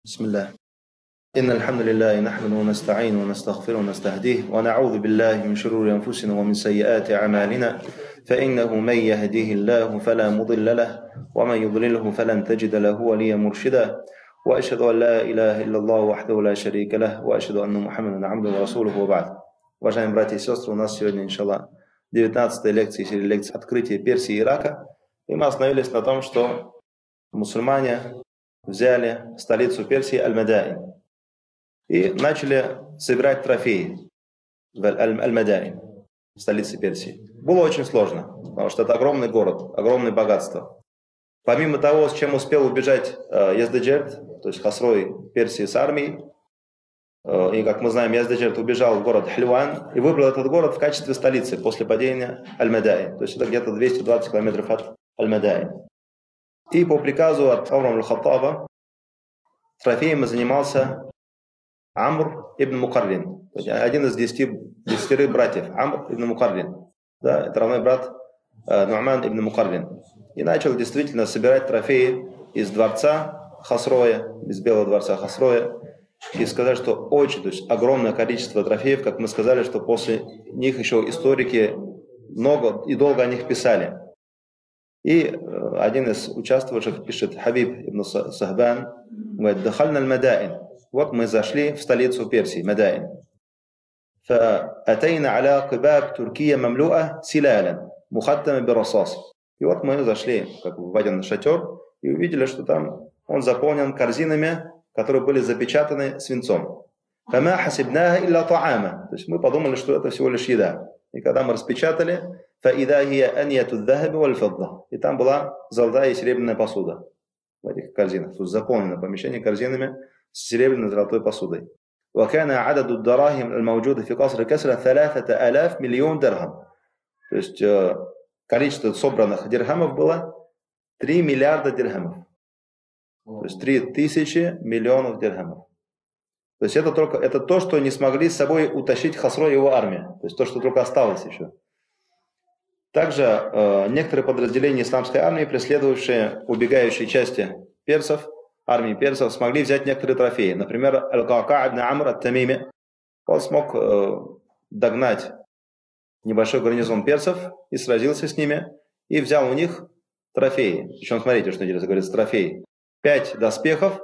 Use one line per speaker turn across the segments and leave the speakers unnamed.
بسم الله. إن الحمد لله نحمده ونستعينه ونستغفره ونستهديه ونعوذ بالله من شرور أنفسنا ومن سيئات أعمالنا فإنه من يهديه الله فلا مضل له ومن يضلله فلن تجد له وليا مرشدا وأشهد أن لا إله إلا الله وحده لا شريك له وأشهد أن محمدا عبده ورسوله وبعد. Уважаемые братья и сестры, у нас сегодня, иншаллах, 19-я лекция серии лекций «Открытие Персии и Ирака». И мы остановились на том, что мусульмане взяли столицу Персии Аль-Мадаин и начали собирать трофеи в Аль-Мадаин, в столице Персии. Было очень сложно, потому что это огромный город, огромное богатство. Помимо того, с чем успел убежать Яздеджерд, то есть Хасрой Персии с армией, и, как мы знаем, Яздеджерд убежал в город Хильван и выбрал этот город в качестве столицы после падения Аль-Мадаин. То есть это где-то 220 километров от Аль-Мадаин. И по приказу от Умара аль-Хаттаба трофеем занимался Амр ибн Мукаррин, один из 10 братьев, Амр ибн Мукаррин. Да, это равный брат Ну'ман ибн Мукаррин. И начал действительно собирать трофеи из дворца Хасроя, из Белого дворца Хасроя. И сказать, что очень, то есть огромное количество трофеев, как мы сказали, что после них еще историки много и долго о них писали. И один из участвовавших пишет, Хабиб ибн Сахбан, говорит: «Дахальна аль-Мадаин». Вот мы зашли в столицу Персии, Мадаин. «Фаатайна аля кибаб Туркия мамлуа силялян, мухаттама бирасас». И вот мы зашли как в один шатер и увидели, что там он заполнен корзинами, которые были запечатаны свинцом. «Фама хасибнаха илля та'ама». То есть мы подумали, что это всего лишь еда. И когда мы распечатали, فَإِذَا هِيَ أَنْيَةُ الذَّهَبِ وَالْفِضَّةِ. И там была золотая и серебряная посуда в этих корзинах. То есть заполнено помещение корзинами с серебряной и золотой посудой. وَكَانَ عَدَدُ الدَّرَاهِمِ الْمَوْجُودِ فِي قَصْرِ كَسْرَ 3000 миллион дирхам. То есть количество собранных дирхамов было 3 миллиарда дирхамов. То есть 3000 миллионов дирхамов. То есть это то, что не смогли с собой утащить Хасрой и его армия. То есть то, что только осталось еще. Также некоторые подразделения исламской армии, преследовавшие убегающие части персов, армии персов, смогли взять некоторые трофеи. Например, Аль-Кака ибн Амр ат-Тамими, он смог догнать небольшой гарнизон персов и сразился с ними, и взял у них трофеи. Причем смотрите, что интересно, говорится, трофеи. 5 доспехов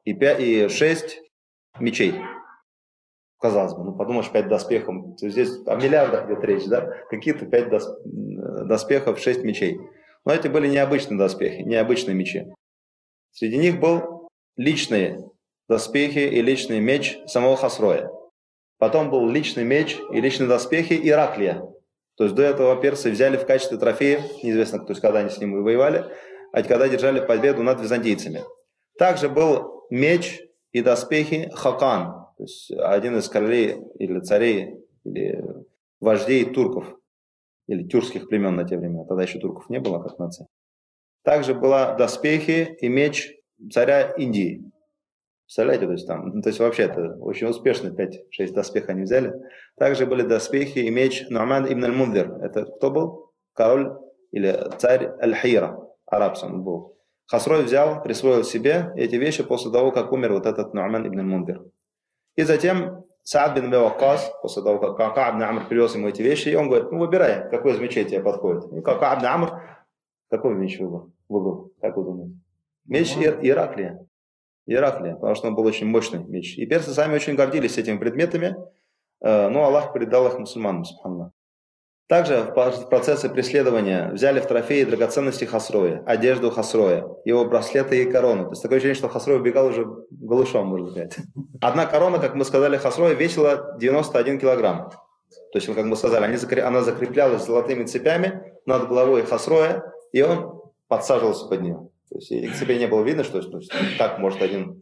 и 6 мечей. Казалось бы, подумаешь, 5 доспехов. Здесь о миллиардах идет речь, да? Какие-то 5 доспехов, 6 мечей. Но эти были необычные доспехи, необычные мечи. Среди них был личные доспехи и личный меч самого Хасроя. Потом был личный меч и личные доспехи Ираклия. То есть до этого персы взяли в качестве трофея, неизвестно, то есть, когда они с ним воевали, а когда держали победу над византийцами. Также был меч и доспехи Хакан. То есть один из королей или царей, или вождей турков, или тюркских племен на те времена. Тогда еще турков не было как нация. Также была доспехи и меч царя Индии. Представляете, то есть вообще это очень успешно 5-6 доспехов они взяли. Также были доспехи и меч Ну'ман ибн аль-Мундир. Это кто был? Король или царь Аль-Хира, арабцем он был. Хасрой взял, присвоил себе эти вещи после того, как умер вот этот Ну'ман ибн аль-Мундир. И затем Саад бин Ваккас, после того, как Кака ибн Амр привез ему эти вещи, и он говорит: выбирай, какой из мечей тебе подходит. И Кака ибн Амр, какой меч выбрал? Как вы думаете? Меч Ираклия. Ираклия, потому что он был очень мощный меч. И персы сами очень гордились этими предметами, но Аллах передал их мусульманам, субханаллах. Также в процессе преследования взяли в трофеи драгоценности Хасроя, одежду Хасроя, его браслеты и корону. То есть такое ощущение, что Хасрой убегал уже голышом, можно сказать. Одна корона, как мы сказали, Хасроя весила 91 килограмм. То есть, как мы сказали, она закреплялась золотыми цепями над головой Хасроя, и он подсаживался под нее. То есть и к себе не было видно, что как может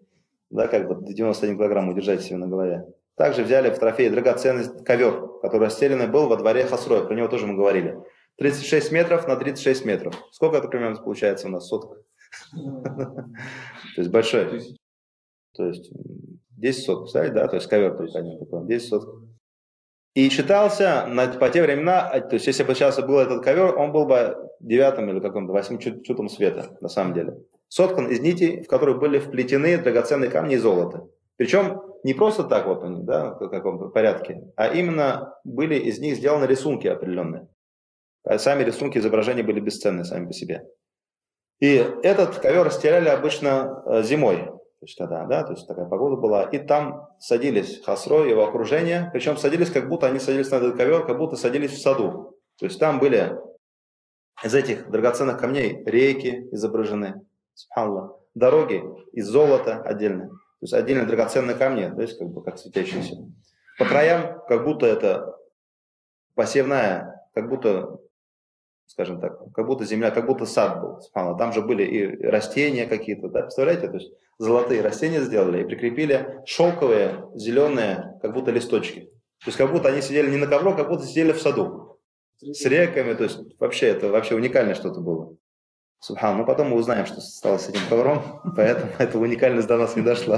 91 килограмм удержать себе на голове. Также взяли в трофей драгоценность ковер, который расстеленный был во дворе Хасроя. Про него тоже мы говорили. 36 метров на 36 метров. Сколько это примерно получается у нас? Соток? То есть большой. То есть 10 соток, представляете, да? То есть ковер только один такой, 10 соток. И считался по те времена, то есть если бы сейчас был этот ковер, он был бы 9 или каком-то 8 чутом света, на самом деле. соткан из нитей, в которые были вплетены драгоценные камни и золото. Причем не просто так вот они, да, в каком-то порядке, а именно были из них сделаны рисунки определенные. А сами рисунки изображения были бесценны сами по себе. И этот ковер стирали обычно зимой, то есть когда, да, то есть такая погода была, и там садились Хасрой и его окружение, причем садились, как будто они садились на этот ковер, как будто садились в саду. То есть там были из этих драгоценных камней реки изображены, субханаллах, дороги из золота отдельно, то есть отдельно драгоценные камни, то есть как бы как светящиеся. По краям, как будто это посевная, как будто, скажем так, как будто земля, как будто сад был. Там же были и растения какие-то, да, представляете? То есть золотые растения сделали и прикрепили шелковые, зеленые, как будто листочки. То есть как будто они сидели не на ковре, как будто сидели в саду. С реками, то есть вообще это вообще уникальное что-то было. Субхан. Но потом мы узнаем, что стало с этим ковром, поэтому эта уникальность до нас не дошла.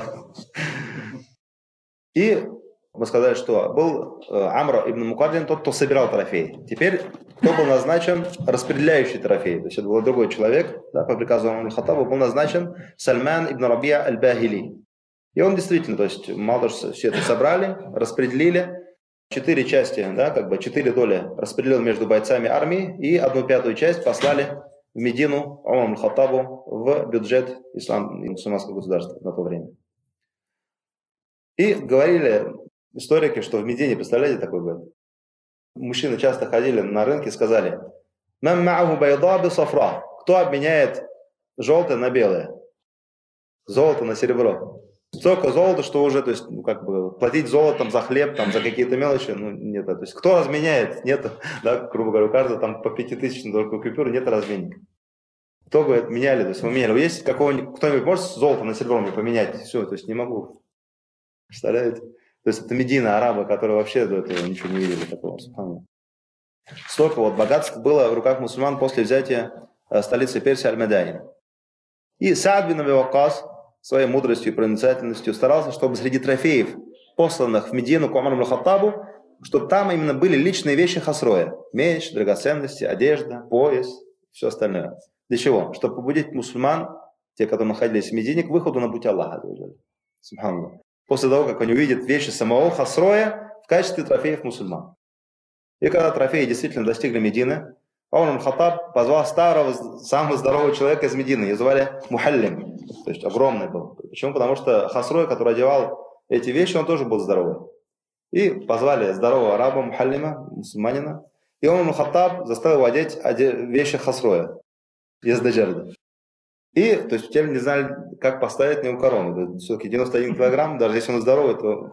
И мы сказали, что был Амр ибн Мукаддин, тот, кто собирал трофеи. Теперь кто был назначен распределяющий трофеи. То есть это был другой человек, да, по приказу Умара аль-Хаттаба был назначен Сальман ибн Рабия аль-Бахили. И он действительно, то есть мало того, что все это собрали, распределили, 4 части, да, как бы 4 доли распределил между бойцами армии, и 1/5 часть послали в Медину Умару аль-Хаттабу в бюджет мусульманского государства на то время. И говорили историки, что в Медине, представляете, такой город? Мужчины часто ходили на рынке и сказали: «Ман ма'аху байда би сафра». Кто обменяет желтое на белое? Золото на серебро. Столько золота, что уже, то есть, ну, как бы, платить золотом за хлеб, там, за какие-то мелочи, ну, нет. То есть, кто разменяет? Нет, да, грубо говоря, у каждого там по 5000 только купюры, нет разменника. Кто, говорит, меняли, то есть, мы меняли. Есть какого-нибудь, кто-нибудь может золото на серебро мне поменять? Все, то есть, не могу. Представляете? То есть, это Медина, арабы, которые вообще до этого ничего не видели такого. Столько вот богатств было в руках мусульман после взятия столицы Персии Аль-Медайни. И Саад бин Аби Ваккас своей мудростью и проницательностью старался, чтобы среди трофеев, посланных в Медину к Умару аль-Хаттабу, чтобы там именно были личные вещи Хасроя. Меч, драгоценности, одежда, пояс, все остальное. Для чего? Чтобы побудить мусульман, те, которые находились в Медине, к выходу на путь Аллаха. После того, как они увидят вещи самого Хасроя в качестве трофеев мусульман. И когда трофеи действительно достигли Медины, Умар аль-Хаттаб позвал старого, самого здорового человека из Медины, его звали Мухаллим, то есть огромный был. Почему? Потому что Хасрой, который одевал эти вещи, он тоже был здоровый. И позвали здорового араба Мухаллима, мусульманина, и Умар аль-Хаттаб заставил его одеть вещи Хасроя из Даджарда. И, то есть, теперь не знали, как поставить на него корону. Все-таки 91 килограмм, даже если он здоровый, то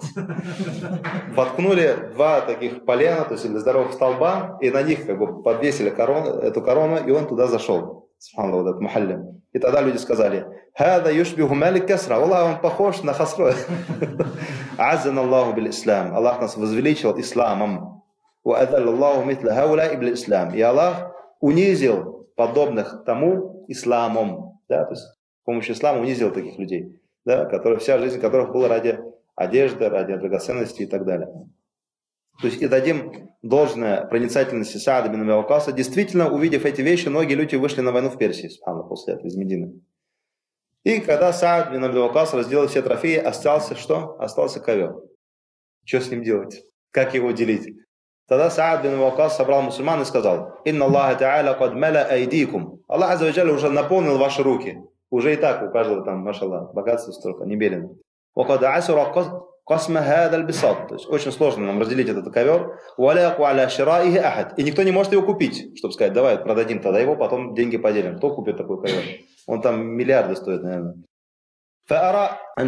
воткнули 2 таких полена, то есть или здоровых столба, и на них как бы подвесили эту корону, и он туда зашел. Субханаллах, вот этот Мухаллим. И тогда люди сказали: «Хада юшбиху малик касра». Аллах, он похож на Хасроя. Аззан Аллаху бил ислам. Аллах нас возвеличил исламом. Ва адалл Аллаху митла хаула ибл ислам. И Аллах унизил подобных тому исламом. Да, то есть с помощью ислама унизил таких людей, да, вся жизнь которых была ради одежды, ради драгоценностей и так далее. То есть и дадим должное проницательности Саада бин Аби Ваккаса. Действительно, увидев эти вещи, многие люди вышли на войну в Персии, после этого из Медины. И когда Саад бин Аби Ваккас разделил все трофеи, остался что? Остался ковер. Что с ним делать? Как его делить? Тогда Саад бин Аби Ваккас собрал мусульман и сказал: «Инна Аллаха та'аля кад мала айдикум». Аллах азза ва джалля уже наполнил ваши руки. Уже и так у каждого там, машаллах, богатство столько, немерено. «Вакад асура касма хада аль-бисат». То есть очень сложно нам разделить этот ковер. «Валяку аля шираихи ахад». И никто не может его купить, чтобы сказать: давай продадим тогда его, потом деньги поделим. Кто купит такой ковер? Он там миллиарды стоит, наверное. Я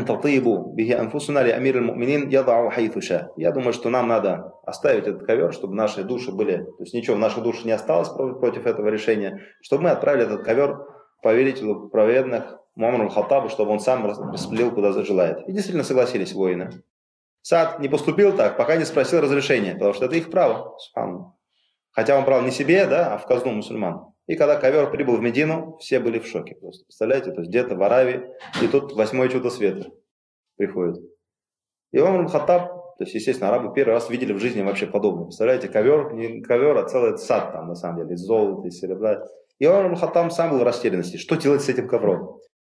думаю, что нам надо оставить этот ковер, чтобы наши души были, то есть ничего в наших душах не осталось против этого решения, чтобы мы отправили этот ковер повелителю праведных Умару аль-Хаттабу, чтобы он сам распределил, куда желает. И действительно согласились воины. Саад не поступил так, пока не спросил разрешения, потому что это их право. Хотя он брал не себе, да, а в казну мусульман. И когда ковер прибыл в Медину, все были в шоке просто. Представляете, то есть где-то в Аравии, и тут 8-е чудо света приходит. И Умар аль-Хаттаб, то есть, естественно, арабы первый раз видели в жизни вообще подобное. Представляете, ковер, не ковер, а целый сад там, на самом деле, из золота, из серебра. И Умар аль-Хаттаб сам был в растерянности. Что делать с этим ковром?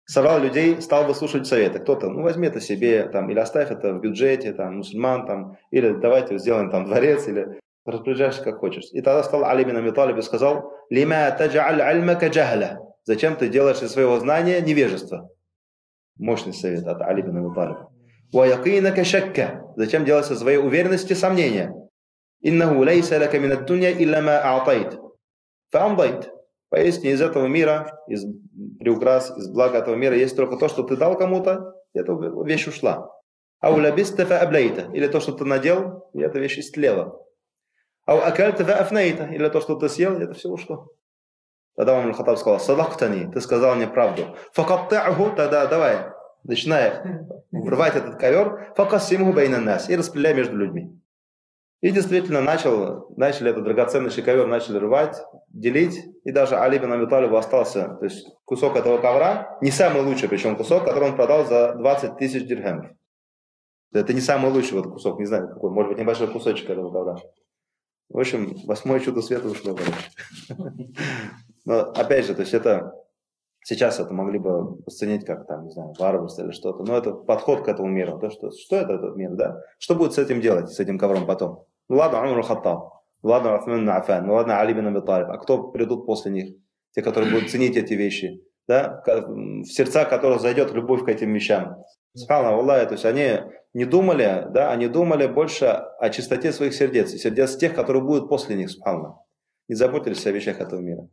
собрал людей, стал выслушивать советы. Кто-то, ну возьми это себе, там, или оставь это в бюджете, там, мусульман, там, или давайте сделаем там дворец, или распоряжайся как хочешь. И тогда стал Али бин Аби Талиб и сказал: «Лима таджа'аль альмака джахля». Зачем ты делаешь из своего знания невежество? Мощный совет от Али бин Аби Талиба. «Ва якинака шакка». Зачем делать из своей уверенности сомнения? «Иннаху лейса лака мин ад-дунья илля ма а'тайт фа'амдайт». Поистине из этого мира, из приукрас, из блага этого мира есть только то, что ты дал кому-то, и эта вещь ушла. «Ау лабиста фа'аблейта». Или то, что ты надел, и эта вещь истлела. «Ау акальта фа'афнейта». Или то, что ты съел, и это все ушло. Тогда Умар аль-Хаттаб сказал: «Садактани, ты сказал мне правду. Факатта'ху», тогда давай, начинай рвать этот ковер, факассимху байнан нас, и распределяй между людьми. И действительно начали этот драгоценнейший ковер, начали рвать, делить, и даже Али бин Аби Талибу остался, то есть кусок этого ковра, не самый лучший, причем кусок, который он продал за 20 тысяч дирхемов. Это не самый лучший вот кусок, не знаю какой, может быть небольшой кусочек этого ковра. В общем, 8-е чудо света ушло, короче. Но опять же, то есть это сейчас это могли бы расценить как там, не знаю, варварство или что-то. Но это подход к этому миру. То, что это этот мир, да? Что будет с этим делать, с этим ковром потом? Ну ладно, Умар аль-Хаттаб, ну ладно, Усман ибн Аффан, ну ладно, Али бин Аби Талиб. А кто придут после них? Те, которые будут ценить эти вещи, да? В сердца которых зайдет любовь к этим вещам. Субханаллах, Аллах, то есть они не думали, да, они думали больше о чистоте своих сердец, и сердец тех, которые будут после них, субханаллах. Не заботились о вещах этого мира.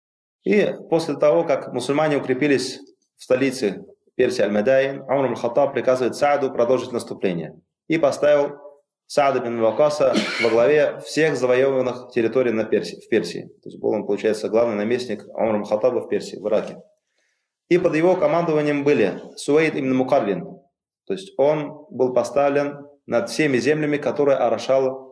И после того, как мусульмане укрепились в столице Персии Аль-Мадаин, Умар аль-Хаттаб приказывает Сааду продолжить наступление. И поставил Саада бин Вакаса во главе всех завоеванных территорий в Персии. То есть был он, получается, главный наместник Умара аль-Хаттаба в Персии, в Ираке. И под его командованием были Суэйд ибн Мукаррин. То есть он был поставлен над всеми землями, которые орошала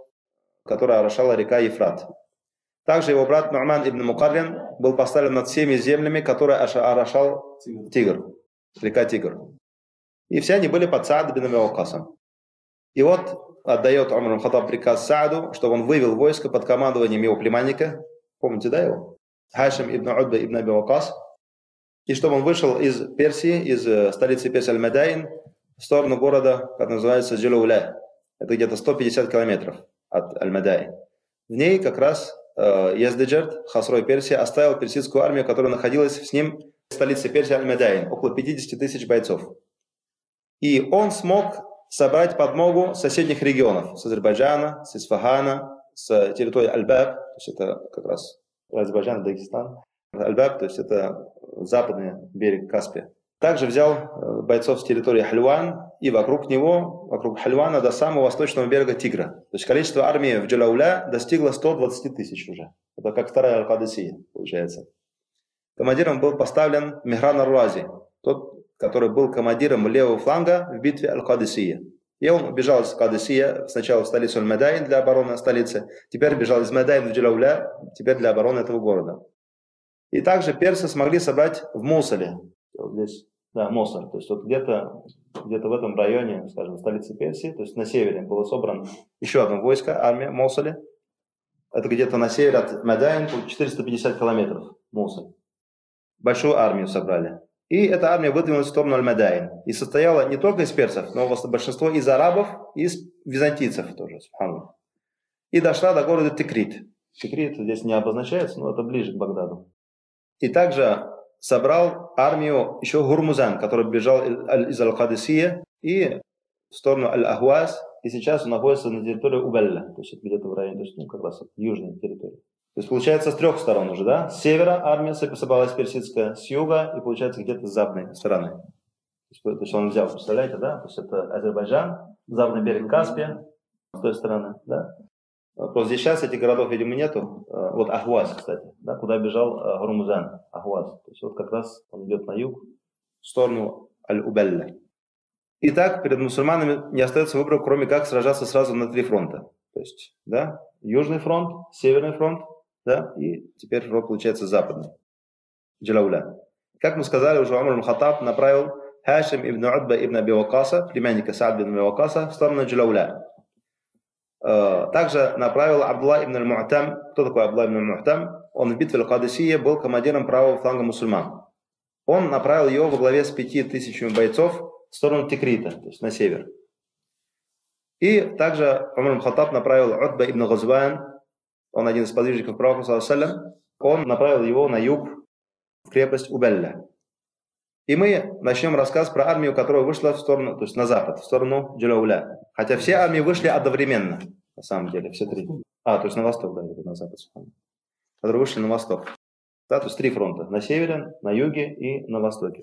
река Ефрат. Также его брат Ну'ман ибн Мукаррин был поставлен над всеми землями, которые орошал Тигр, река Тигр. И все они были под Саад бин Аби Вакасом. И вот отдает Умар аль-Хаттаб приказ Сааду, чтобы он вывел войско под командованием его племянника, помните, да, его? Хашим ибн Удба ибн Аби Вакас. И чтобы он вышел из Персии, из столицы Персии Аль-Мадаин, в сторону города, как называется, Джалауля. Это где-то 150 километров от Аль-Мадаин. В ней как раз Яздеджерт, Хасрой Персии, оставил персидскую армию, которая находилась с ним в столице Персии Аль-Мадаин, около 50 тысяч бойцов. И он смог собрать подмогу соседних регионов, с Азербайджана, с Исфахана, с территории Аль-Баб, то есть это как раз Азербайджан, Дагестан, Аль-Баб, то есть это западный берег Каспия. Также взял бойцов с территории Хальван и вокруг него, вокруг Хальвана до самого восточного берега Тигра. То есть количество армии в Джалауля достигло 120 тысяч уже. Это как вторая Аль-Кадисия, получается. Командиром был поставлен Михран ар-Рази, тот, который был командиром левого фланга в битве Аль-Кадисия. И он убежал из Кадисия сначала в столицу Аль-Мадаин для обороны столицы, теперь бежал из Мадаин в Джалауля, теперь для обороны этого города. И также персы смогли собрать в Мусуле, вот здесь, да, Мусуль, то есть вот где-то в этом районе, скажем, столицы Персии, то есть на севере было собрано еще одно войско, армия в Мусуле. Это где-то на севере от Мадаин, 450 километров Мусуль. Большую армию собрали. И эта армия выдвинулась в сторону Аль-Мадаин. И состояла не только из персов, но большинство из арабов и из византийцев тоже. И дошла до города Тикрит. Тикрит здесь не обозначается, но это ближе к Багдаду. И также собрал армию еще Гурмузан, который бежал из Аль-Кадисия и в сторону Аль-Ахваз, и сейчас он находится на территории Убелля, то есть где-то в районе, то есть, как раз южной территории. То есть получается с трех сторон уже, да? С севера армия собралась персидская, с юга и получается где-то с западной стороны. То есть он взял, представляете, да? То есть это Азербайджан, западный берег Каспия, с той стороны, да? Просто здесь сейчас этих городов, видимо, нету. Вот Ахваз, кстати, да, куда бежал Гурмузан, Ахваз. То есть вот как раз он идет на юг, в сторону Аль-Убелля. Итак, перед мусульманами не остается выбора, кроме как сражаться сразу на 3 фронта. То есть, да, южный фронт, северный фронт, да, и теперь фронт получается западный, Джалауля. Как мы сказали, уже Умар аль-Хаттаб направил Хашим ибн Удба ибн Аби Вакаса, племянника Саад бин Аби Вакаса, в сторону Джалауля. Также направил Абдулла ибн аль-Му'там. Кто такой Абдулла ибн аль-Му'там? Он в битве Аль-Кадисия был командиром правого фланга мусульман. он направил его во главе с 5000 бойцов в сторону Тикрита, то есть на север. И также Умар ибн Хаттаб направил Утба ибн Газван, он один из подвижников пророка, он направил его на юг, в крепость Убелля. И мы начнем рассказ про армию, которая вышла в сторону, то есть на запад, в сторону Джалауля. Хотя все армии вышли одновременно, на самом деле, все три. То есть на восток, да, на запад. Которые вышли на восток. Да, то есть три фронта. На севере, на юге и на востоке.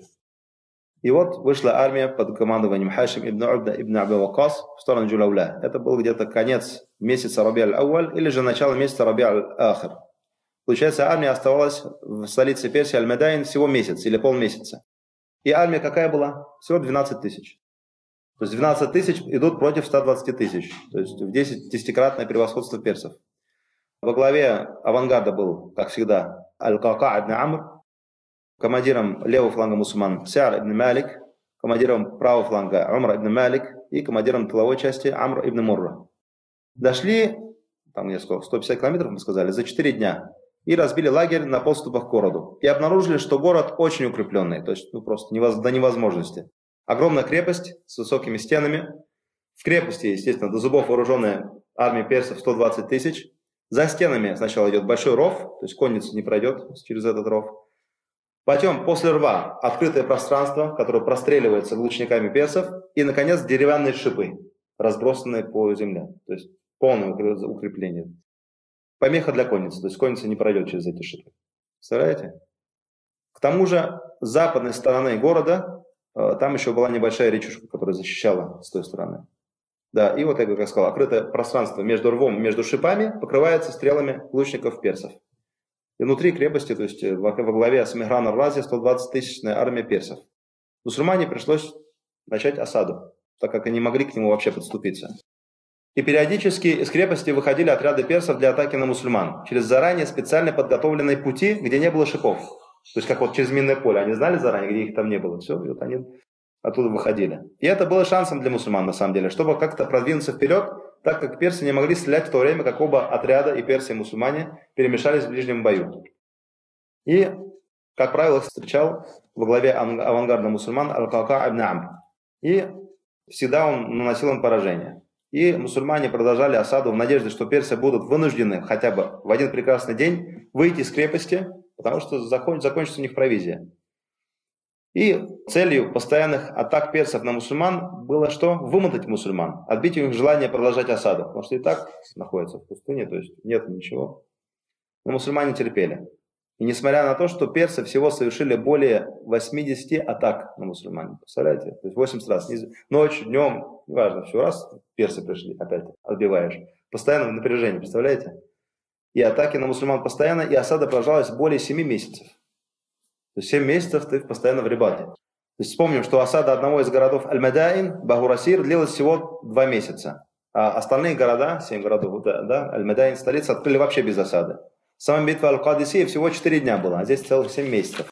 И вот вышла армия под командованием Хашим ибн Убда ибн Аби Вакас в сторону Джалауля. Это был где-то конец месяца Раби аль-Ауаль или же начало месяца Раби аль-Ахир. Получается, армия оставалась в столице Персии Аль-Медайн всего месяц или полмесяца. И армия какая была? Всего 12 тысяч. То есть 12 тысяч идут против 120 тысяч. То есть в 10-кратное превосходство персов. Во главе авангарда был, как всегда, Аль-Кака ибн Амр, командиром левого фланга мусульман Сяр ибн Малик, командиром правого фланга Умар ибн Малик и командиром тыловой части Амр ибн Мурра. Дошли, там несколько, 150 километров, мы сказали, за 4 дня. И разбили лагерь на подступах к городу. И обнаружили, что город очень укрепленный, то есть просто до невозможности. Огромная крепость с высокими стенами. В крепости, естественно, до зубов вооруженная армия персов 120 тысяч. За стенами сначала идет большой ров, то есть конница не пройдет через этот ров. Потом после рва открытое пространство, которое простреливается лучниками персов. И, наконец, деревянные шипы, разбросанные по земле. То есть полное укрепление. Помеха для конницы, то есть конница не пройдет через эти шипы. Представляете? К тому же, с западной стороны города, там еще была небольшая речушка, которая защищала с той стороны. Да, и вот я как сказал, открытое пространство между рвом и между шипами покрывается стрелами лучников персов. И внутри крепости, то есть во главе с Мехран ар-Рази 120-тысячная армия персов. Мусульмане пришлось начать осаду, так как они могли к нему вообще подступиться. И периодически из крепости выходили отряды персов для атаки на мусульман через заранее специально подготовленные пути, где не было шипов. То есть как вот через минное поле. Они знали заранее, где их там не было. Все, и вот они оттуда выходили. И это было шансом для мусульман на самом деле, чтобы как-то продвинуться вперед, так как персы не могли стрелять в то время, как оба отряда, и персы, и мусульмане, перемешались в ближнем бою. И, как правило, их встречал во главе авангарда мусульман Аль-Кака ибн Амр. И всегда он наносил им поражение. И мусульмане продолжали осаду в надежде, что персы будут вынуждены хотя бы в один прекрасный день выйти из крепости, потому что закончится у них провизия. И целью постоянных атак персов на мусульман было что? Вымотать мусульман, отбить у них желание продолжать осаду, потому что и так находятся в пустыне, то есть нет ничего. Но мусульмане терпели. И несмотря на то, что персы всего совершили более 80 атак на мусульман. Представляете? То есть 80 раз. Ночью, днем, неважно, все раз персы пришли, опять отбиваешь. Постоянно в напряжении, представляете? И атаки на мусульман постоянно, и осада продолжалась более 7 месяцев. То есть 7 месяцев ты постоянно в рибате. То есть вспомним, что осада одного из городов Аль-Медайн, Багурасир, длилась всего 2 месяца. А остальные города, 7 городов, да, Аль-Медайн, столица, открыли вообще без осады. Сама битва Аль-Кадисия всего 4 дня была, а здесь целых 7 месяцев.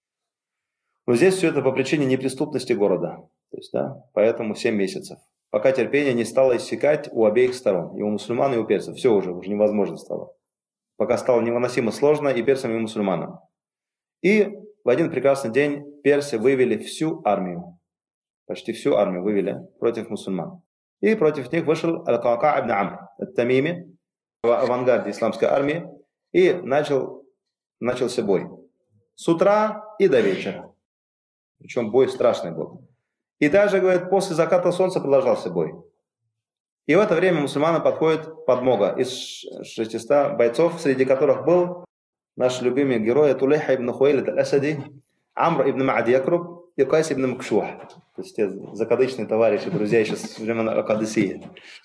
Но здесь все это по причине неприступности города. То есть, да, поэтому 7 месяцев. Пока терпение не стало иссякать у обеих сторон. И у мусульман, и у персов. Все уже невозможно стало. Пока стало невыносимо сложно и персам, и мусульманам. И в один прекрасный день персы вывели всю армию. Почти всю армию вывели против мусульман. И против них вышел Аль-Кака ибн Амр ат-Тамими в авангарде исламской армии. И начался бой. С утра и до вечера. Причем бой страшный был. И даже, говорит, после заката солнца продолжался бой. И в это время мусульманам подходит подмога из 600 бойцов, среди которых был наш любимый герой Тулейха ибн Хуэйлид аль-Асади, Амр ибн Маади Якруб и Кайс ибн Макшух. То есть те закадычные товарищи, друзья еще с времен Аль-Кадисии,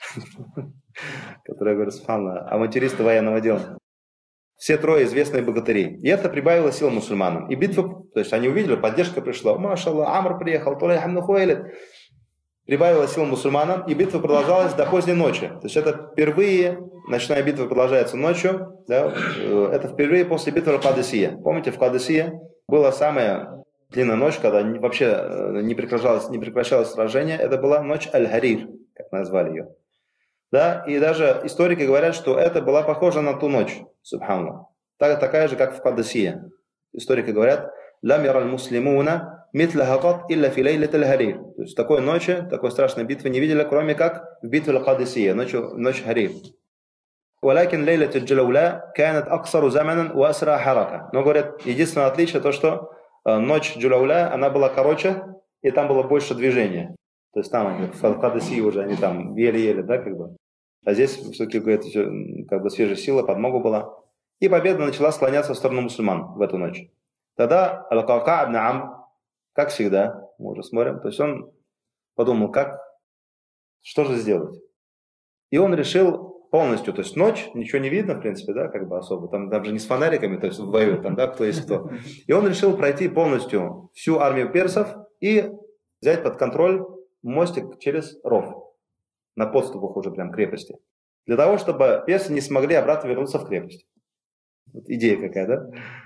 которые, говорят, субханаллах, авантюристы военного дела. Все трое известные богатыри. И это прибавило сил мусульманам. И битва, то есть они увидели, поддержка пришла. Машаллах, Амр приехал, Тулейха ибн Хуэйлид. Прибавило сил мусульманам, и битва продолжалась до поздней ночи. То есть это впервые, ночная битва продолжается ночью, да, это впервые после битвы Кадисия. Помните, в Кадисии была самая длинная ночь, когда вообще не прекращалось сражение, это была ночь Аль-Харир, как назвали ее. Да, и даже историки говорят, что это была похожа на ту ночь, субханаллах. Такая же, как в Кадисии. Историки говорят, лам яраль муслимуна митляха кат илля фи лейлатиль харир. То есть такой ночи, такой страшной битвы не видели, кроме как в битве Аль-Кадисия, ночь Харир. ولكن ليلة الجلولاء كانت أقصر زمنا وأسرع حركة. Но говорят, единственное отличие то, что ночь Джулауля, она была короче, и там было больше движения. То есть там они, в Аль-Кадисии уже они там еле-еле, да, как бы. А здесь все-таки говорят, как бы свежая сила, подмога была. И победа начала склоняться в сторону мусульман в эту ночь. Тогда Аль-Кака ибн Амр, как всегда, мы уже смотрим, то есть он подумал, что же сделать. И он решил полностью, то есть ночь, ничего не видно, в принципе, да, как бы особо, там же не с фонариками, то есть воюют там, да, кто есть кто. И он решил пройти полностью всю армию персов и взять под контроль мостик через ров, на подступах уже прям крепости, для того, чтобы персы не смогли обратно вернуться в крепость. Вот идея какая, да?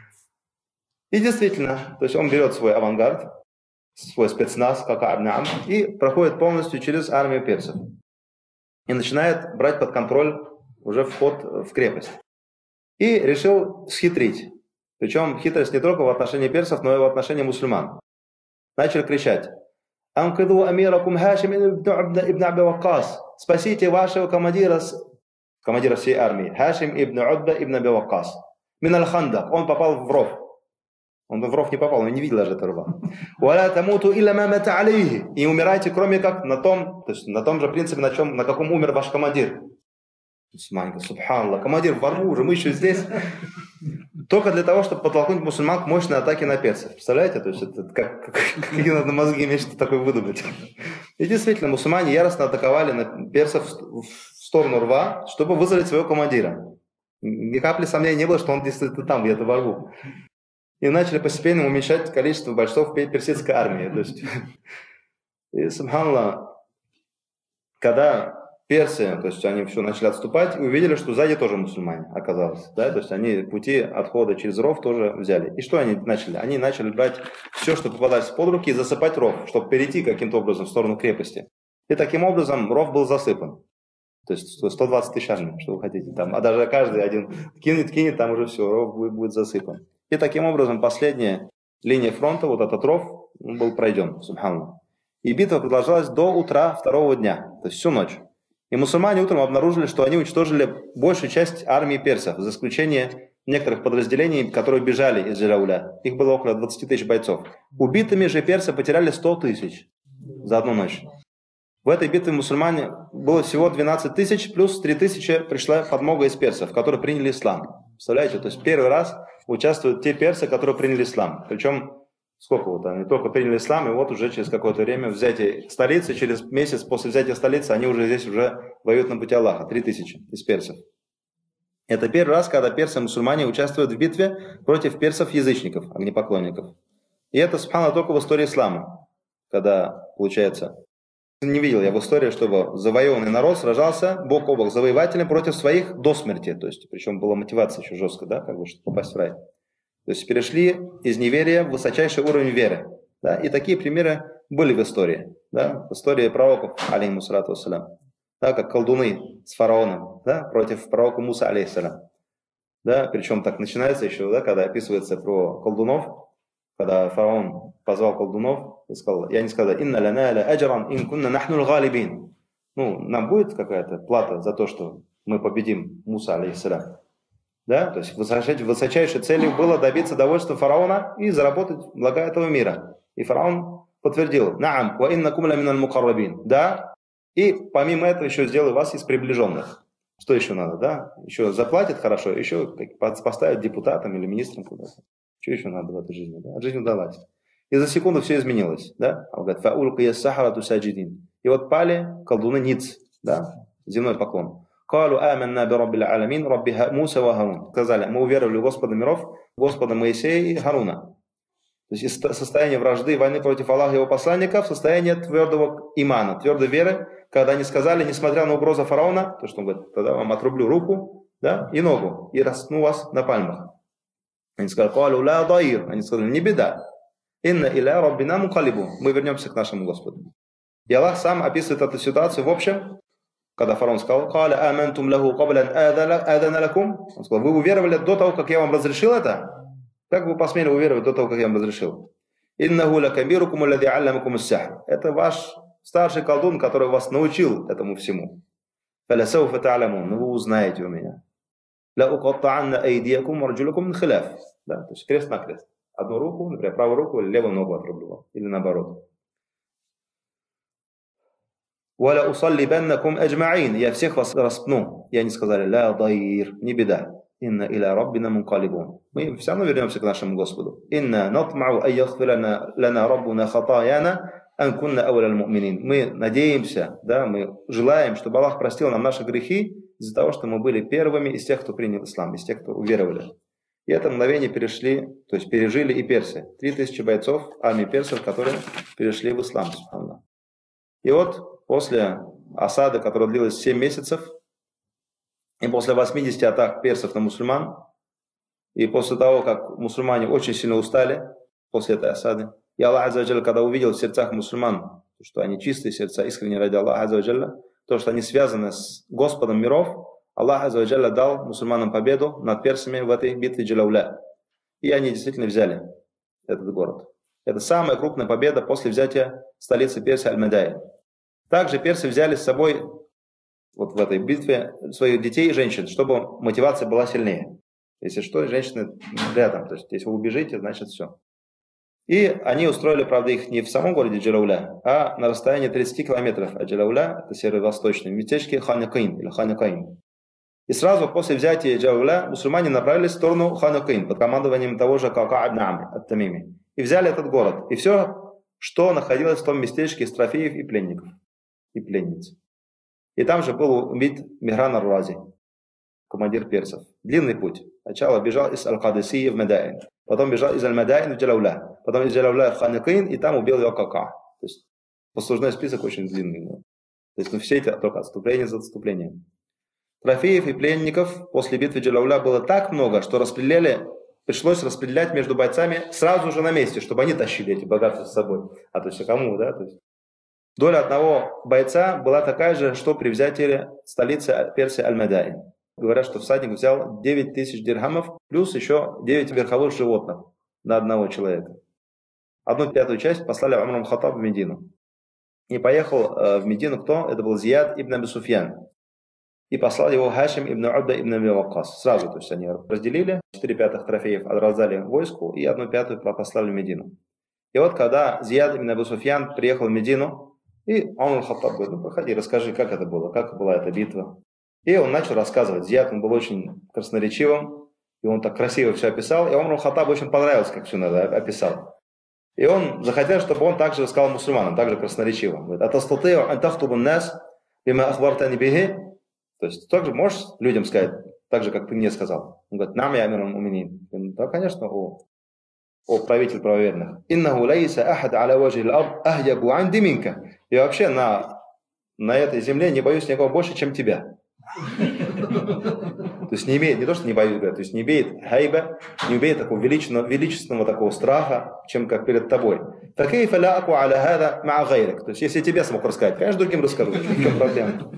И действительно, то есть он берет свой авангард, свой спецназ, как ибн Амр, и проходит полностью через армию персов. И начинает брать под контроль уже вход в крепость. И решил схитрить. Причем хитрость не только в отношении персов, но и в отношении мусульман. Начали кричать: «Анкиду амиракум Хашим ибн Аби Ваккас». Спасите вашего командира всей армии, Хашим ибн Утба ибн Аби Ваккас. Мин аль-Хандак. Он попал в ров. Он в ров не попал, он не видел даже этого рва. «Валя тамуту илля ма мата алейхи». И умирайте, кроме как на том, то есть на том же принципе, на каком умер ваш командир. Субханаллах, командир в рву уже, мы еще здесь. Только для того, чтобы подтолкнуть мусульман к мощной атаке на персов. Представляете? То есть это какие надо мозги иметь, что такое выдумать. И действительно, мусульмане яростно атаковали на персов в сторону рва, чтобы вызволить своего командира. Ни капли сомнений не было, что он действительно там, где-то во рву. И начали постепенно уменьшать количество бойцов персидской армии. То есть, и, субханаллах, когда персы, то есть они все начали отступать, и увидели, что сзади тоже мусульмане оказалось. Да? То есть они пути отхода через ров тоже взяли. И что они начали? Они начали брать все, что попадалось под руки, и засыпать ров, чтобы перейти каким-то образом в сторону крепости. И таким образом ров был засыпан. То есть 120 тысяч армий, что вы хотите. Там, а даже каждый один кинет, там уже все, ров будет засыпан. И таким образом последняя линия фронта, вот этот ров, был пройден, субханаллах. И битва продолжалась до утра второго дня, то есть всю ночь. И мусульмане утром обнаружили, что они уничтожили большую часть армии персов, за исключением некоторых подразделений, которые бежали из Джалауля. Их было около 20 тысяч бойцов. Убитыми же персы потеряли 100 тысяч за одну ночь. В этой битве мусульмане было всего 12 тысяч, плюс 3 тысячи пришла подмога из персов, которые приняли ислам. Представляете, то есть первый раз участвуют те персы, которые приняли ислам. Причем, сколько вот они только приняли ислам, и вот уже через какое-то время взятие столицы, через месяц после взятия столицы, они уже здесь уже воюют на пути Аллаха, 3000 из персов. Это первый раз, когда персы и мусульмане участвуют в битве против персов-язычников, огнепоклонников. И это, субханаллах, только в истории ислама, когда, получается, не видел я в истории, чтобы завоеванный народ сражался бок о бок с завоевателем против своих до смерти. То есть, причем была мотивация еще жесткая, да, как бы, чтобы попасть в рай. То есть перешли из неверия в высочайший уровень веры. Да, и такие примеры были в истории. Да, в истории пророков, алейхиссалату вассалям. Да, как колдуны с фараоном, да, против пророка Муса, алейхиссалям. Да, причем так начинается еще, да, когда описывается про колдунов, когда фараон позвал колдунов и сказал: я не сказал, инна лана ла аджран ин кунна нахну аль-галибин. Ну, нам будет какая-то плата за то, что мы победим Муса, алейхиссалям. Да, то есть высочайшей целью было добиться довольства фараона и заработать блага этого мира. И фараон подтвердил: наам, ва иннакум ла миналь мукаррабин. Да, и помимо этого еще сделаю вас из приближенных. Что еще надо, да? Еще заплатят хорошо, еще поставят депутатом или министром куда-то. Что еще надо в этой жизни? Да? Жизнь удалась. И за секунду все изменилось. Да? Он говорит: фаулкия сахарату саджидин. И вот пали колдуны ниц, да? Земной поклон. Калу аманна би раббил аламин, рабби Муса ва Харун. Сказали: мы уверовали в Господа миров, Господа Моисея и Харуна. То есть из состояния вражды, войны против Аллаха и его посланников, в состояние твердого имана, твердой веры, когда они сказали, несмотря на угрозу фараона, то, что он говорит: тогда вам отрублю руку, да, и ногу, и растну вас на пальмах. Они сказали: «Калу ла даир». Они сказали: не беда. «Инна иля раббина мукалибу». Мы вернемся к нашему Господу. И Аллах сам описывает эту ситуацию в общем, когда фараон сказал: «Каля амантум лаху кабля адана лакум». Он сказал: вы уверовали до того, как я вам разрешил это? Как вы посмели уверовать до того, как я вам разрешил? Иннаху лакабирукум аллади алламакум ас-сихр. Это ваш старший колдун, который вас научил этому всему. Фалясауфа та'ламун. Ну вы узнаете у меня. Ла уқатта'анна айдиякум варджулакум мин хиляф. Да, то есть крест на крест. Одну руку, например, правую руку или левую ногу отрублю вам. Или наоборот. Валя усаллибаннакум аджма'ин. Я всех вас распну. И они сказали, ля дайр, не беда. Инна иля раббина мункалибун. Мы все равно вернемся к нашему Господу. Инна натмау айяхфира лана раббуна хатаяна ан кунна ауля аль-му'минин. Мы надеемся, да, мы желаем, чтобы Аллах простил нам наши грехи из-за того, что мы были первыми из тех, кто принял ислам, из тех, кто уверовали. И это мгновение перешли, то есть пережили и персы. 3000 бойцов армии персов, которые перешли в ислам. И вот после осады, которая длилась 7 месяцев, и после 80 атак персов на мусульман, и после того, как мусульмане очень сильно устали после этой осады, и Аллах Азза ва Джалля, когда увидел в сердцах мусульман, что они чистые сердца, искренне ради Аллаха Азза ва Джалля, то, что они связаны с Господом миров, Аллах Азза ва Джалля дал мусульманам победу над персами в этой битве Джалауля. И они действительно взяли этот город. Это самая крупная победа после взятия столицы Персии Аль-Мадай. Также персы взяли с собой вот в этой битве своих детей и женщин, чтобы мотивация была сильнее. Если что, женщины рядом. То есть, если вы убежите, значит все. И они устроили, правда, их не в самом городе Джалауля, а на расстоянии 30 километров от Джалауля, это северо-восточное местечко Ханакаин или Ханакаин. И сразу после взятия Джалауля мусульмане направились в сторону Ханакаин под командованием того же Кака ибн Амр ат-Тамими. И взяли этот город. И все, что находилось в том местечке из трофеев и пленников, и пленниц. И там же был убит Мигран ар-Рази, командир персов. Длинный путь. Сначала бежал из Аль-Кадисии в Мадаин, потом бежал из Аль-Мадаин в Джалауля, потом из Джалауля в Ханакаин, и там убил его Кака. То есть послужной список очень длинный. То есть все эти только отступления за отступлением. Трофеев и пленников после битвы Джалауля было так много, что пришлось распределять между бойцами сразу же на месте, чтобы они тащили эти богатства с собой. А то есть кому, да? То есть доля одного бойца была такая же, что при взятии столицы Персии Аль-Мадай. Говорят, что всадник взял 9000 дирхамов, плюс еще 9 верховых животных на одного человека. 1/5 часть послали Умар ибн Хаттаб в Медину. И поехал в Медину кто? Это был Зияд ибн Аби Суфьян. И послал его Хашим ибн Убда ибн Аби Ваккас. Сразу, то есть они разделили, 4/5 трофеев раздали войску и 1/5 послали в Медину. И вот когда Зияд ибн Аби Суфьян приехал в Медину, и Умар ибн Хаттаб говорит, ну проходи, расскажи, как это было, как была эта битва. И он начал рассказывать. Зияд, он был очень красноречивым, и он так красиво все описал, и Умар ибн Хаттабу очень понравилось, как все надо описал. И он захотел, чтобы он также рассказал мусульманам, также красноречиво. Он говорит, то есть также можешь людям сказать, так же, как ты мне сказал. Он говорит, нам я амирун муминин. Да, конечно, о правитель правоверных. Иннаху лайса ахад аля ваджи ал-ард ахьябу анди минка. И вообще на этой земле не боюсь никого больше, чем тебя. То есть не имеет, не то, что не боюсь, то есть не имеет хайба, не имеет такого величественного такого страха, чем как перед тобой. То есть если тебе смог рассказать, конечно, другим расскажу. Какая проблема?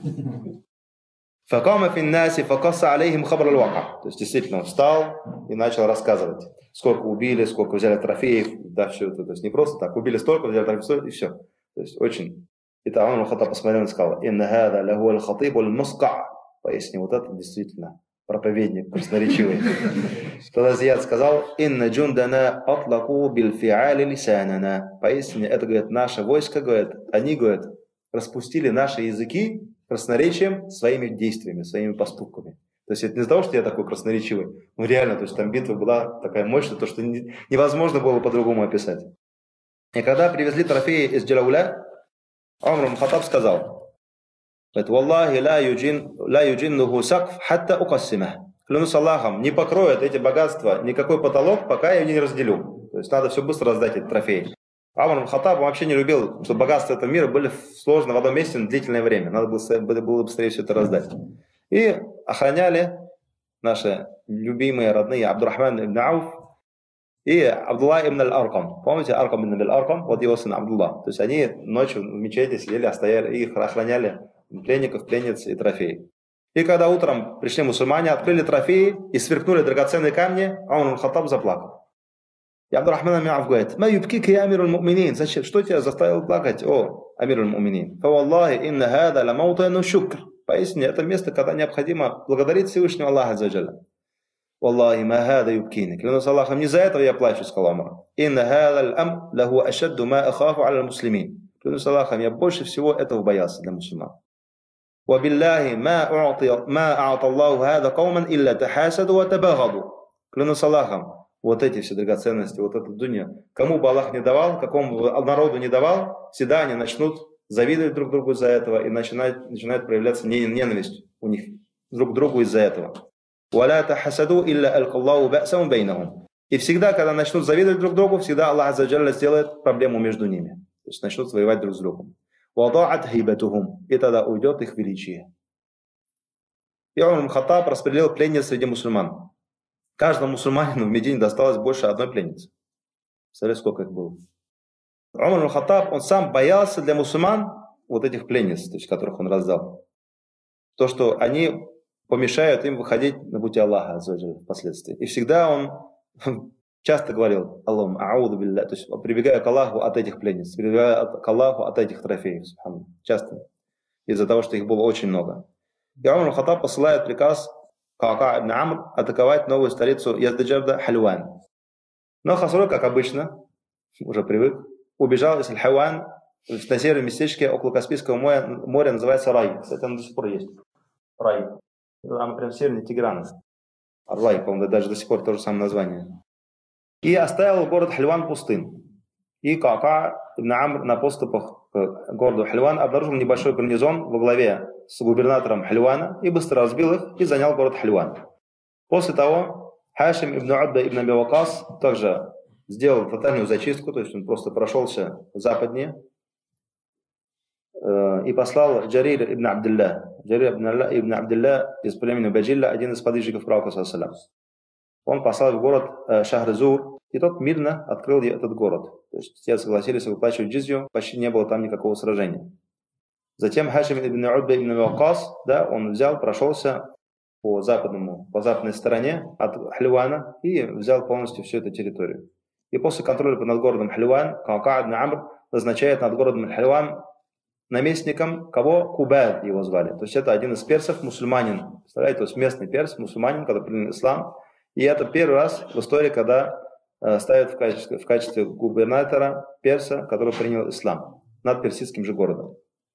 То есть действительно он встал и начал рассказывать, сколько убили, сколько взяли трофеев, да, все это. То есть не просто так, убили столько, взяли трофеев, и все. То есть очень. И там он посмотрел и сказал, поясни, вот это действительно проповедник красноречивый. Тогда Зияд сказал, «Инна джундана атлаку бильфиали лисанана». Поясни, это, говорит, наше войско, говорит, они, говорит, распустили наши языки красноречием своими действиями, своими поступками. То есть это не из-за того, что я такой красноречивый. Ну реально, то есть там битва была такая мощная, то что невозможно было по-другому описать. И когда привезли трофеи из Джалауля, Умар ибн Хаттаб сказал, «Валлахи ла юджиннуху сакф хатта укассимах». Клянусь Аллахом, не покроет эти богатства никакой потолок, пока я не разделю. То есть надо все быстро раздать, эти трофеи. Умар ибн Хаттаб вообще не любил, чтобы богатства этого мира были сложны в одном месте на длительное время. Надо было быстрее все это раздать. И охраняли наши любимые родные Абдурахман ибн Ауф и Абдулла ибн аль-Аркам. Помните Аркам ибн аль-Аркам? Вот его сын Абдулла. То есть они ночью в мечети сидели, стояли и их охраняли пленников, пленниц и трофеи. И когда утром пришли мусульмане, открыли трофеи и сверкнули драгоценные камни, Умар ибн Хаттаб заплакал. И Абдурахман Амиав говорит: «Ма юбкика я амир аль-муминин». Зачем? Что тебя заставило плакать, о амир аль-муминин? Фаваллахи инна хада ла маутану шукр. Поистине, это место, когда необходимо благодарить Всевышнего Аллаха Аззаджалля. Валлахи ма хада юбкини. Клянусь Аллахом, не за этого я плачу, сказал Умар. Инна хада аль-ам лаху ашадду ма ахафу аля муслимин. Клянусь Аллахом, я больше всего этого боялся для мусульман. وبالله ما أعطى الله هذا قوما إلا تحاسدوا وتباغضوا. Клянусь Аллахом, вот эти все драгоценности, вот эта дунья, кому бы Аллах не давал, какому народу не давал, всегда они начнут завидовать друг другу из-за этого и начинает проявляться ненависть у них друг к другу из-за этого. ولا تحسدوا إلا ألقى الله بأسهم بينهم. И всегда, когда начнут завидовать друг другу, всегда Аллах Аззаджалля сделает проблему между ними. То есть начнут воевать друг с другом. И тогда уйдет их величие. И Умар ибн Хаттаб распределил пленниц среди мусульман. Каждому мусульманину в Медине досталось больше одной пленницы. Представляете, сколько их было? Умар ибн Хаттаб, он сам боялся для мусульман вот этих пленниц, то есть которых он раздал. То, что они помешают им выходить на пути Аллаха впоследствии. И всегда он часто говорил: Аллахум ауду билля, то есть прибегая к Аллаху от этих пленниц, прибегая к Аллаху от этих трофеев. Часто. Из-за того, что их было очень много. И Умар ибн Хаттаб посылает приказ Каака ибн Амр атаковать новую столицу Яздаджарда Хальван. Но Хасрой, как обычно, уже привык, убежал из Аль-Хальван на северном местечке около Каспийского моря, называется Рай. Кстати, оно до сих пор есть. Рай. Оно прям севернее Тегерана. Рай, по-моему, даже до сих пор то же самое название. И оставил город Хальван пустым. И Каака ибн Амр на подступах к городу Хальван обнаружил небольшой гарнизон во главе с губернатором Хальвана и быстро разбил их и занял город Хальван. После того Хашим ибн Утба ибн Аби Вакас также сделал тотальную зачистку, то есть он просто прошелся западнее и послал Джарир ибн Абдилля. Джарир ибн Абдилля из племени Баджилля, один из подвижников пророка ﷺ. Он послал в город Шахрзур, и тот мирно открыл этот город. То есть те согласились выплачивать джизью, почти не было там никакого сражения. Затем Хашим ибн Утба ибн Вакас, да, он взял, прошелся по западной стороне от Хальвана и взял полностью всю эту территорию. И после контроля над городом Хальван, Каака ибн Амр назначает над городом Хальван наместником кого? Кубад его звали. То есть это один из персов, мусульманин. Представляете, то есть местный перс, мусульманин, когда принял ислам. И это первый раз в истории, когда ставят в качестве губернатора перса, который принял ислам, над персидским же городом.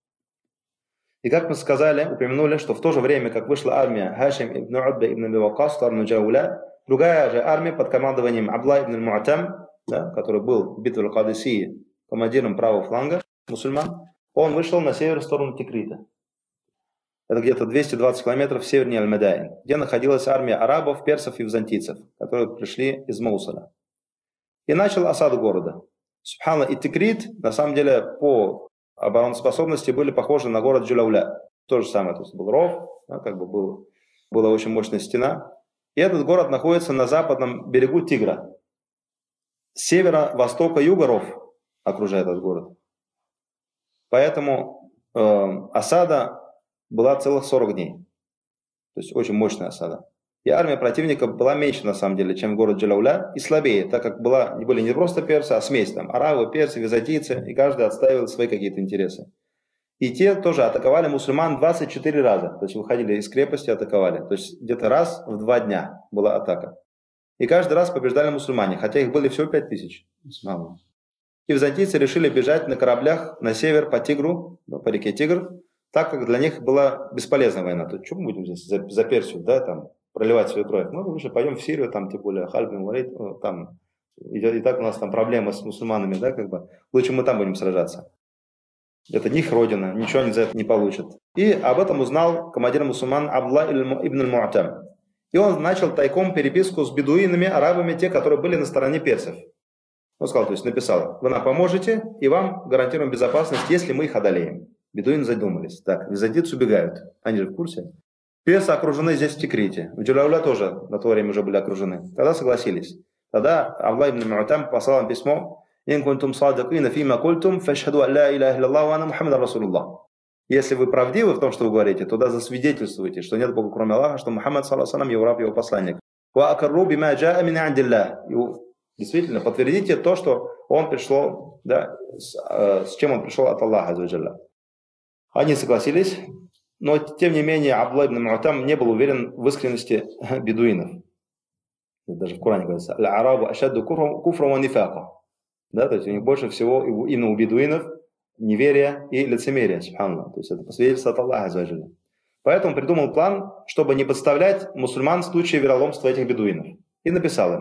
И как мы сказали, упомянули, что в то же время, как вышла армия Хашим ибн Утба ибн Аби Вакас в сторону Джауля, другая же армия под командованием Абдулла ибн Муатам, да, который был в битве Аль-Кадисии командиром правого фланга мусульман, он вышел на север в сторону Тикрита. Это где-то 220 километров севернее Аль-Мадаин, где находилась армия арабов, персов и византийцев, которые пришли из Моусула. И начал осаду города. Субхана, и Тикрит, на самом деле, по обороноспособности были похожи на город Джулауля. То же самое, то есть был ров, да, как бы была очень мощная стена. И этот город находится на западном берегу Тигра. С севера, востока, юга ров окружает этот город. Поэтому осада была целых 40 дней. То есть очень мощная осада. И армия противника была меньше, на самом деле, чем город Джалауля, и слабее, так как были не просто персы, а смесь. Там арабы, персы, византийцы, и каждый отстаивал свои какие-то интересы. И те тоже атаковали мусульман 24 раза. То есть выходили из крепости и атаковали. То есть где-то раз в 2 дня была атака. И каждый раз побеждали мусульмане, хотя их были всего 5000. И византийцы решили бежать на кораблях на север по Тигру, по реке Тигр, так как для них была бесполезная война. То есть что мы будем здесь за Персию, да, там, проливать свою кровь? Мы лучше пойдем в Сирию, там, тем более, Халид бин Валид, там, и так у нас там проблемы с мусульманами, да, как бы. Лучше мы там будем сражаться. Это не их родина, ничего они за это не получат. И об этом узнал командир мусульман Абдулла ибн аль-Муатам. И он начал тайком переписку с бедуинами, арабами, те, которые были на стороне персов. Он сказал, то есть написал: вы нам поможете, и вам гарантируем безопасность, если мы их одолеем. Бедуины задумались. Так, византийцы убегают. Они же в курсе. Персы окружены здесь в Тикрите. В Джалауля тоже на то время уже были окружены. Тогда согласились. Тогда Абдулла ибн Муатам послал им письмо: «Ин кунтум садикина фима культум, фашхаду ан ла иляха илляллах ва анна Мухаммадан расулуллах». Если вы правдивы в том, что вы говорите, тогда засвидетельствуйте, что нет Бога кроме Аллаха, что Мухаммад саллаллаху алейхи ва саллям его раб, его посланник. Ва акарру бима джаа мин индиллах. Действительно, подтвердите то, что он пришел, да, с чем он пришел от Аллаха Азза. Они согласились, но тем не менее Абдулла ибн Муатам не был уверен в искренности бедуинов. Даже в Коране говорится: «Аль-арабу ашадду куфран ва нифака». Да, то есть у них больше всего именно у бедуинов неверие и лицемерие, субханаллах. То есть это свидетельство от Аллаха Азза. Поэтому придумал план, чтобы не подставлять мусульман в случае вероломства этих бедуинов. И написал им.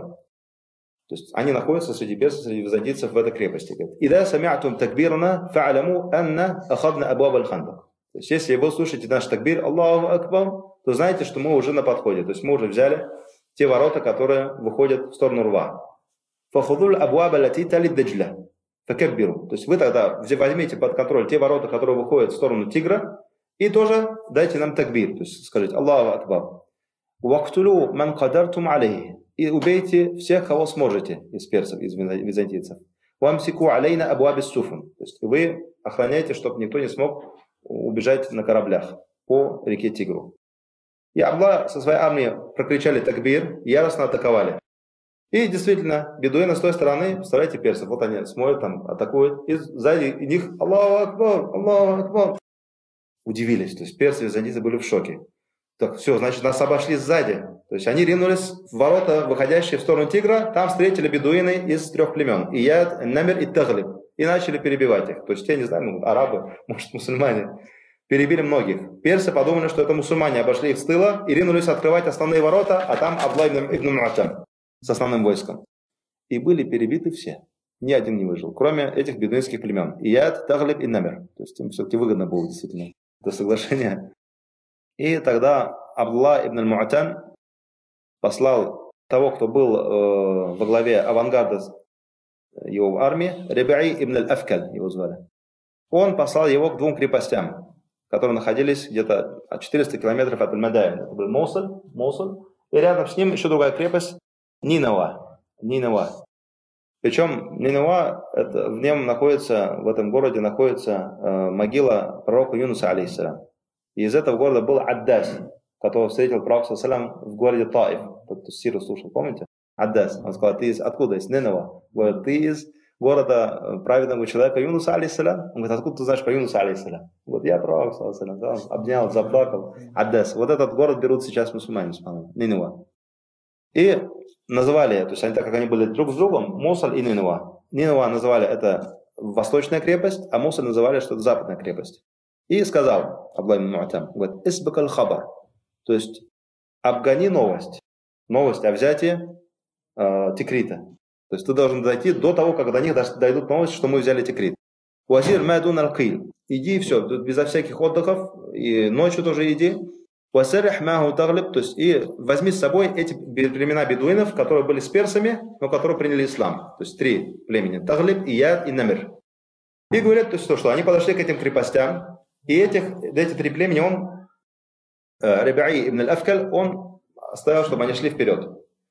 То есть они находятся среди персов, среди византийцев в этой крепости. «Ида сами'атум такбирна фа'аляму анна ахадна абуаб аль-хандак». То есть если вы слушаете наш такбир «Аллаху акбар», то знаете, что мы уже на подходе. То есть мы уже взяли те ворота, которые выходят в сторону рва. «Фахудуль абуаб алати талид даджля». «Факаббиру». То есть вы тогда возьмите под контроль те ворота, которые выходят в сторону Тигра, и тоже дайте нам такбир. То есть скажите «Аллаху акбар». «Вактулю ман кадартум алейхи». И убейте всех, кого сможете из персов, из византийцев. «Вамсику алейна абуабис суфун». То есть вы охраняйте, чтобы никто не смог убежать на кораблях по реке Тигру. И Абдулла со своей армией прокричали такбир, яростно атаковали. И действительно, бедуины с той стороны, представляете, персов, вот они смотрят, там, атакуют, и сзади них «Аллаху акбар, Аллаху акбар». Удивились, то есть персы и византийцы были в шоке. Так, все, значит, нас обошли сзади. То есть они ринулись в ворота, выходящие в сторону Тигра, там встретили бедуины из 3 племен. Ияд, Намир и Таглиб. И начали перебивать их. То есть, я не знаю, арабы, может, мусульмане. Перебили многих. Персы подумали, что это мусульмане, обошли их с тыла и ринулись открывать основные ворота, а там Абдулла ибн Муатам с основным войском. И были перебиты все. Ни один не выжил, кроме этих бедуинских племен. Ияд, Таглиб и Намир. То есть им все-таки выгодно было действительно это соглашение. И тогда Абдулла ибн Муатам послал того, кто был во главе авангарда его армии, Рибаи ибн аль-Афкаль его звали. Он послал его к 2 крепостям, которые находились где-то 400 километров от Аль-Мадаин. Это был Мосуль, и рядом с ним еще другая крепость Нинова. Причем Нинова, в нем находится, в этом городе находится могила пророка Юнуса, алейхиссалям. И из этого города был Аддас, которого встретил пророк саллаллаху в городе Таиф. Тот, кто Сиру слушал, помните? Аддас. Он сказал: ты откуда? Из Нинова. Говорит: ты из города праведного человека Юнуса, алейхиссалям. Он говорит: откуда ты знаешь про Юнуса, алейхиссалям? Вот я пророк, саллаллаху. Да, он обнял, заплакал. Аддас. Вот этот город берут сейчас мусульмане, Нинова. И называли, то есть они, так как они были друг с другом, Мосуль и Нинова. Нинова называли это восточная крепость, а Мосуль называли, что это западная крепость. И сказал Абдулла ибн Муатам, говорит: «Исбак аль-хабар». То есть обгони новость о взятии Тикрита. То есть ты должен дойти до того, как до них дойдут новости, что мы взяли Тикрит. «Уазир мадун аль-киль». Иди, все, безо всяких отдыхов, и ночью тоже иди. «Уасарих маху таглиб». То есть и возьми с собой эти племена бедуинов, которые были с персами, но которые приняли ислам. То есть 3 племени: Таглиб, Ияд и Намир. И говорят, то есть, что они подошли к этим крепостям, и эти 3 племени он, Рибаи ибн аль-Афкаль, он оставил, чтобы они шли вперед.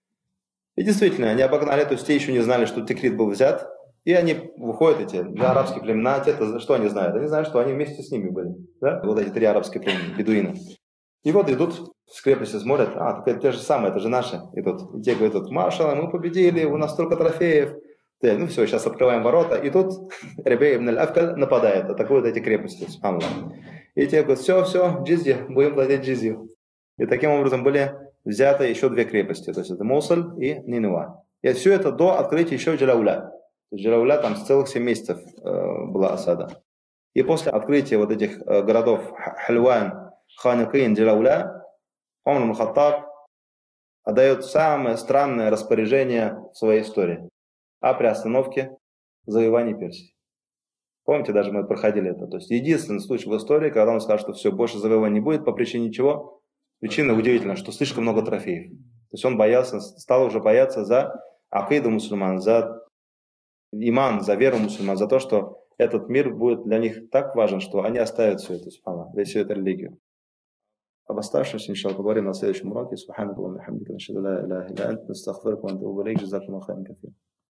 И действительно, они обогнали, то есть те еще не знали, что Тикрит был взят, и они выходят, эти 2 арабские племена, те-то что они знают? Они знают, что они вместе с ними были, да? Вот эти 3 арабские племени, бедуины. И вот идут с крепости, смотрят: так это те же самые, это же наши идут. И те говорят: «Машалла, мы победили, у нас столько трофеев». Ну все, сейчас открываем ворота, и тут Рибаи ибн аль-Афкаль нападает, атакует эти крепости, субханаллах. И те говорят: все, джизья, будем платить джизью. И таким образом были взяты еще 2 крепости, то есть это Мосуль и Нинова. И все это до открытия еще Джалауля. То есть Джалауля там целых 7 месяцев была осада. И после открытия вот этих городов Хальван, Ханикин, Джалауля, Умар ибн Хаттаб отдает самое странное распоряжение в своей истории о приостановке завоеваний Персии. Помните, даже мы проходили это. То есть единственный случай в истории, когда он сказал, что все, больше завоеваний не будет, по причине чего? Причина удивительна, что слишком много трофеев. То есть он боялся, стал уже бояться за акиду мусульман, за иман, за веру мусульман, за то, что этот мир будет для них так важен, что они оставят все это, всю эту религию. Об оставшемся, иншаллах, поговорим на следующем уроке. Субханакаллахумма ва бихамдика, нашхаду ла иляха илля анта, настагфирука ва натубу илейк. Джазакаллаху хайран касира.